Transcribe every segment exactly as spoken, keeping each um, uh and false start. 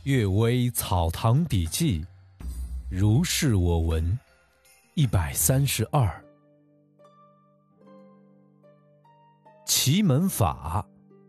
阅微草堂笔记，如是我闻。一百三十二，奇门法。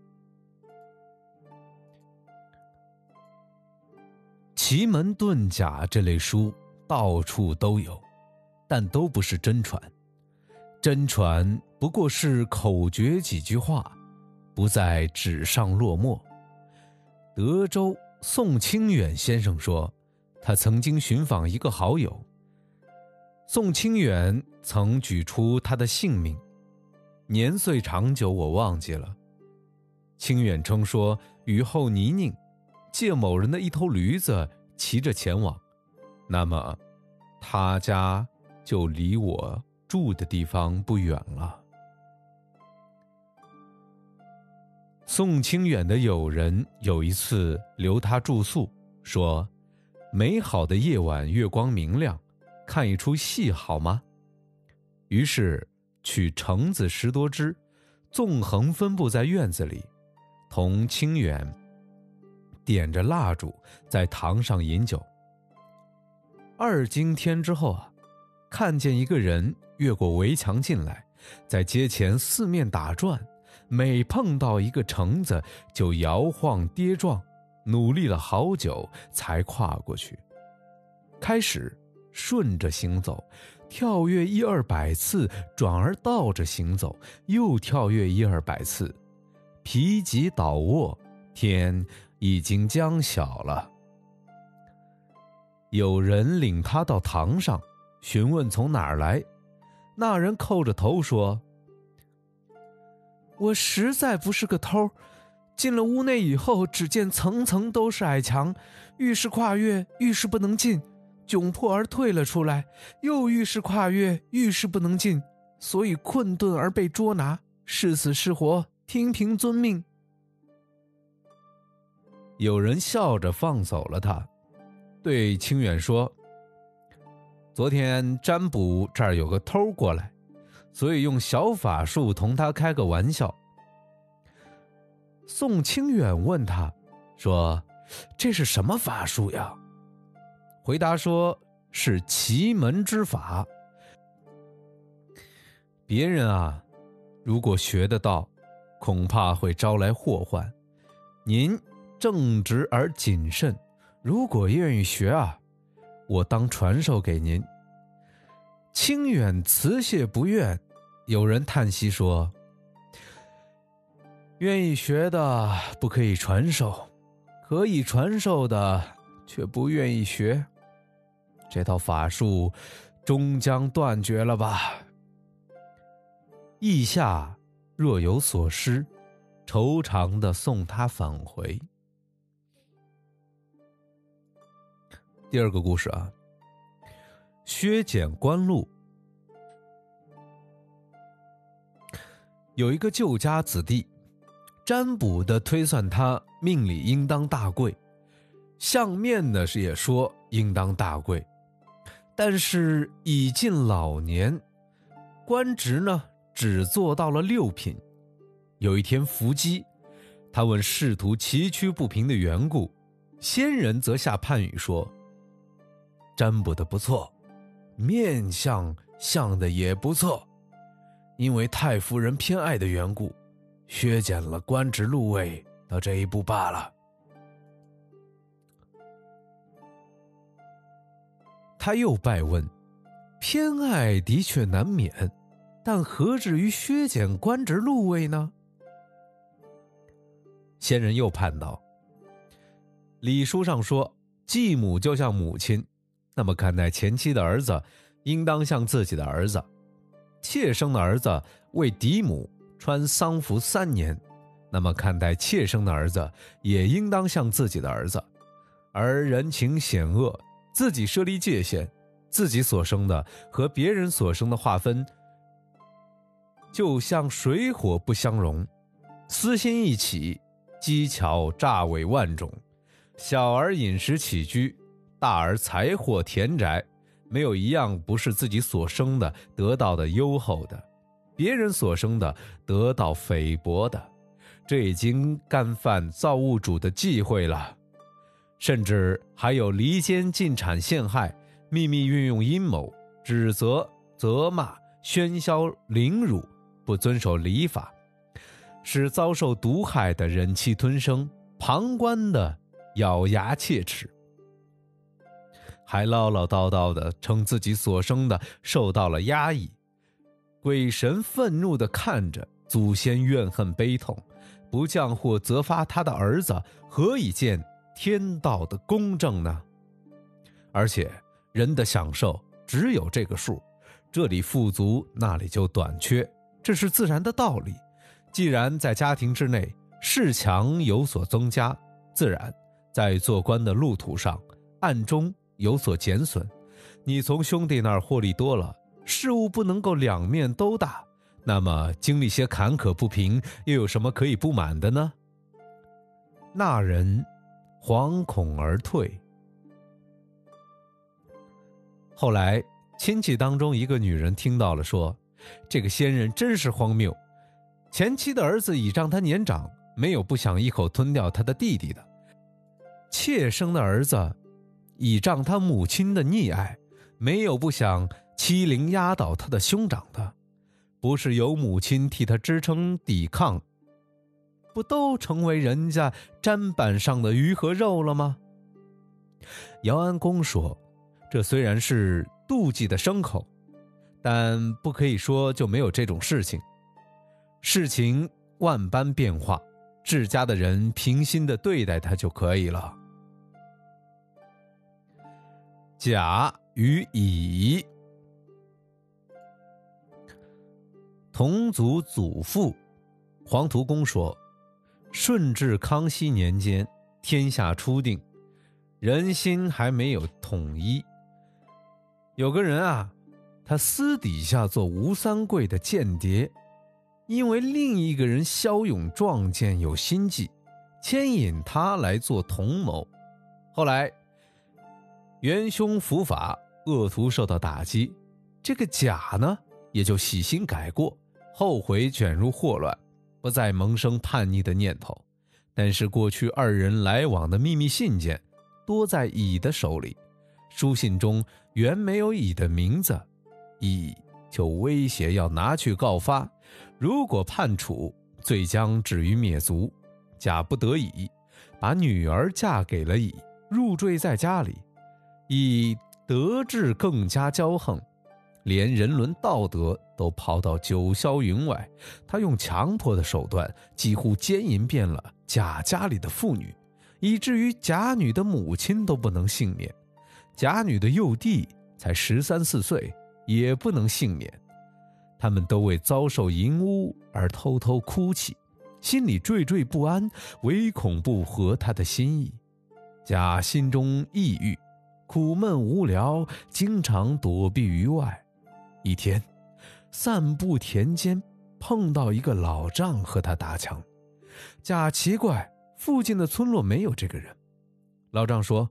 奇门遁甲这类书到处都有，但都不是真传。真传不过是口诀几句话，不在纸上落墨。德州宋清远先生说，他曾经寻访一个好友。宋清远曾举出他的姓名，年岁长久我忘记了。清远称说，雨后泥泞，借某人的一头驴子骑着前往，那么他家就离我住的地方不远了。宋清远的友人有一次留他住宿，说美好的夜晚月光明亮，看一出戏好吗？于是取橙子十多枝，纵横分布在院子里，同清远点着蜡烛在堂上饮酒。二更天之后啊，看见一个人越过围墙进来，在街前四面打转，每碰到一个橙子就摇晃跌撞，努力了好久才跨过去。开始顺着行走，跳跃一二百次，转而倒着行走，又跳跃一二百次，疲极倒卧，天已经将晓了。有人领他到堂上，询问从哪儿来。那人叩着头说，我实在不是个偷，进了屋内以后，只见层层都是矮墙，愈是跨越愈是不能进，窘迫而退了出来，又愈是跨越愈是不能进，所以困顿而被捉拿，是死是活，听凭遵命。有人笑着放走了他，对清远说，昨天占卜这儿有个偷过来，所以用小法术同他开个玩笑。宋清远问他说，这是什么法术呀？回答说，是奇门之法。别人啊，如果学得到，恐怕会招来祸患。您正直而谨慎，如果愿意学啊，我当传授给您。清远辞谢不愿。有人叹息说，愿意学的不可以传授，可以传授的却不愿意学，这套法术终将断绝了吧。意下若有所失，惆怅地送他返回。第二个故事啊，削减官禄。有一个旧家子弟，占卜的推算他命里应当大贵，相面的是也说应当大贵，但是已近老年，官职呢只做到了六品。有一天伏击，他问仕途崎岖不平的缘故，仙人则下判语说，占卜的不错，面相相的也不错，因为太夫人偏爱的缘故，削减了官职禄位到这一步罢了。他又拜问，偏爱的确难免，但何至于削减官职禄位呢？仙人又判道，礼书上说，继母就像母亲，那么看待前妻的儿子应当像自己的儿子，妾生的儿子为嫡母穿丧服三年，那么看待妾生的儿子也应当像自己的儿子。而人情险恶，自己设立界限，自己所生的和别人所生的划分就像水火不相容，私心一起，机巧诈伪万种，小儿饮食起居，大而财货田宅，没有一样不是自己所生的得到的优厚的，别人所生的得到菲薄的，这已经干犯造物主的忌讳了。 甚至还有离间进产陷害，秘密运用阴谋，指责、责骂、喧嚣、凌辱，不遵守礼法，使遭受毒害的忍气吞声，旁观的咬牙切齿，还唠唠叨叨的称自己所生的受到了压抑。鬼神愤怒地看着祖先，怨恨悲痛，不降祸责罚他的儿子，何以见天道的公正呢？而且人的享受只有这个数，这里富足，那里就短缺，这是自然的道理。既然在家庭之内恃强有所增加，自然在做官的路途上暗中有所减损。你从兄弟那儿获利多了，事物不能够两面都大，那么经历些坎坷不平，又有什么可以不满的呢？那人惶恐而退。后来亲戚当中一个女人听到了，说这个仙人真是荒谬，前妻的儿子倚仗他年长，没有不想一口吞掉他的弟弟的，妾生的儿子倚仗他母亲的溺爱，没有不想欺凌压倒他的兄长的，不是有母亲替他支撑抵抗，不都成为人家砧板上的鱼和肉了吗？姚安公说，这虽然是妒忌的牲口，但不可以说就没有这种事情。事情万般变化，治家的人平心地对待他就可以了。甲与乙。同族祖父黄图公说，顺治康熙年间，天下初定，人心还没有统一。有个人啊，他私底下做吴三桂的间谍，因为另一个人骁勇壮健有心计，牵引他来做同谋。后来元凶伏法，恶徒受到打击，这个甲呢也就洗心改过，后悔卷入祸乱，不再萌生叛逆的念头。但是过去二人来往的秘密信件多在乙的手里，书信中原没有乙的名字，乙就威胁要拿去告发，如果判处，罪将至于灭族。甲不得已，把女儿嫁给了乙，入赘在家里。乙得志更加骄横，连人伦道德都抛到九霄云外。他用强迫的手段，几乎奸淫遍了甲家里的妇女，以至于甲女的母亲都不能幸免。甲女的幼弟才十三四岁，也不能幸免。他们都为遭受淫污而偷偷哭泣，心里惴惴不安，唯恐不合他的心意。甲心中抑郁，苦闷无聊，经常躲避于外。一天散步田间，碰到一个老丈和他打枪。甲奇怪，附近的村落没有这个人。老丈说，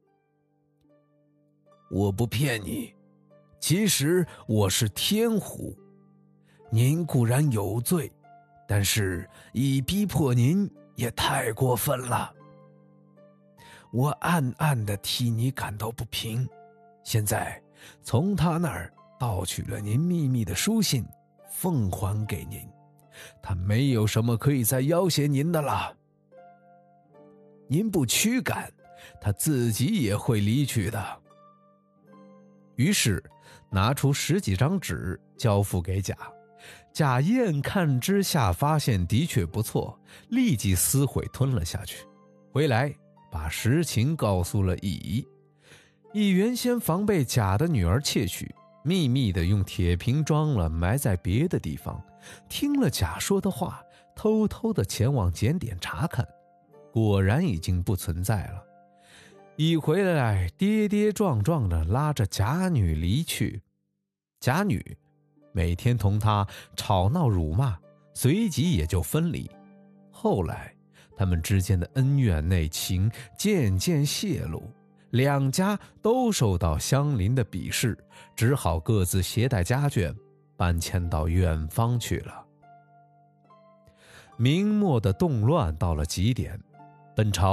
我不骗你，其实我是天虎，您固然有罪，但是以逼迫您也太过分了。我暗暗地替你感到不平，现在从他那儿盗取了您秘密的书信，奉还给您，他没有什么可以再要挟您的了。您不驱赶，他自己也会离去的。于是拿出十几张纸交付给甲，甲验看之下发现的确不错，立即撕毁吞了下去。回来把实情告诉了乙。乙原先防备甲的女儿窃取，秘密地用铁瓶装了，埋在别的地方。听了甲说的话，偷偷地前往检点查看，果然已经不存在了。乙回来跌跌撞撞地拉着甲女离去，甲女每天同他吵闹辱骂，随即也就分离。后来他们之间的恩怨内情渐渐泄露，两家都受到相邻的鄙视，只好各自携带家眷搬迁到远方去了。明末的动乱到了极点，本朝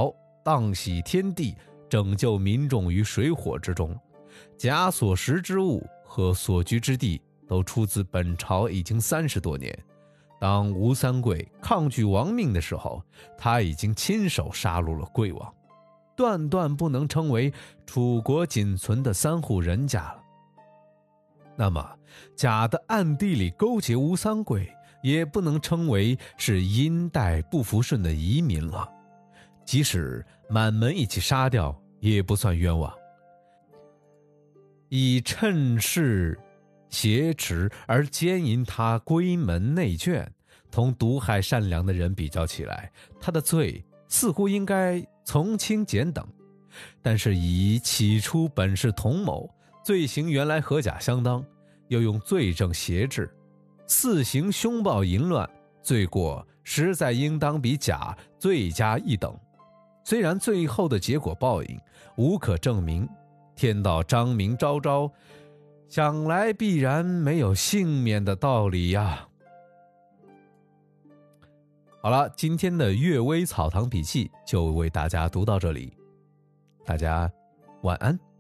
荡洗天地，拯救民众于水火之中。甲所食之物和所居之地都出自本朝已经三十多年。当吴三桂抗拒亡命的时候，他已经亲手杀戮了桂王，断断不能称为楚国仅存的三户人家了。那么甲的暗地里勾结吴三桂，也不能称为是殷代不服顺的移民了，即使满门一起杀掉，也不算冤枉。以趁势挟持而奸淫他闺门内眷，同毒害善良的人比较起来，他的罪似乎应该从轻减等。但是以起初本是同谋，罪行原来和甲相当，又用罪证挟制，四行凶暴淫乱，罪过实在应当比甲罪加一等。虽然最后的结果报应无可证明，天道彰明昭昭，想来必然没有幸免的道理呀。好了，今天的阅微草堂笔记就为大家读到这里，大家晚安。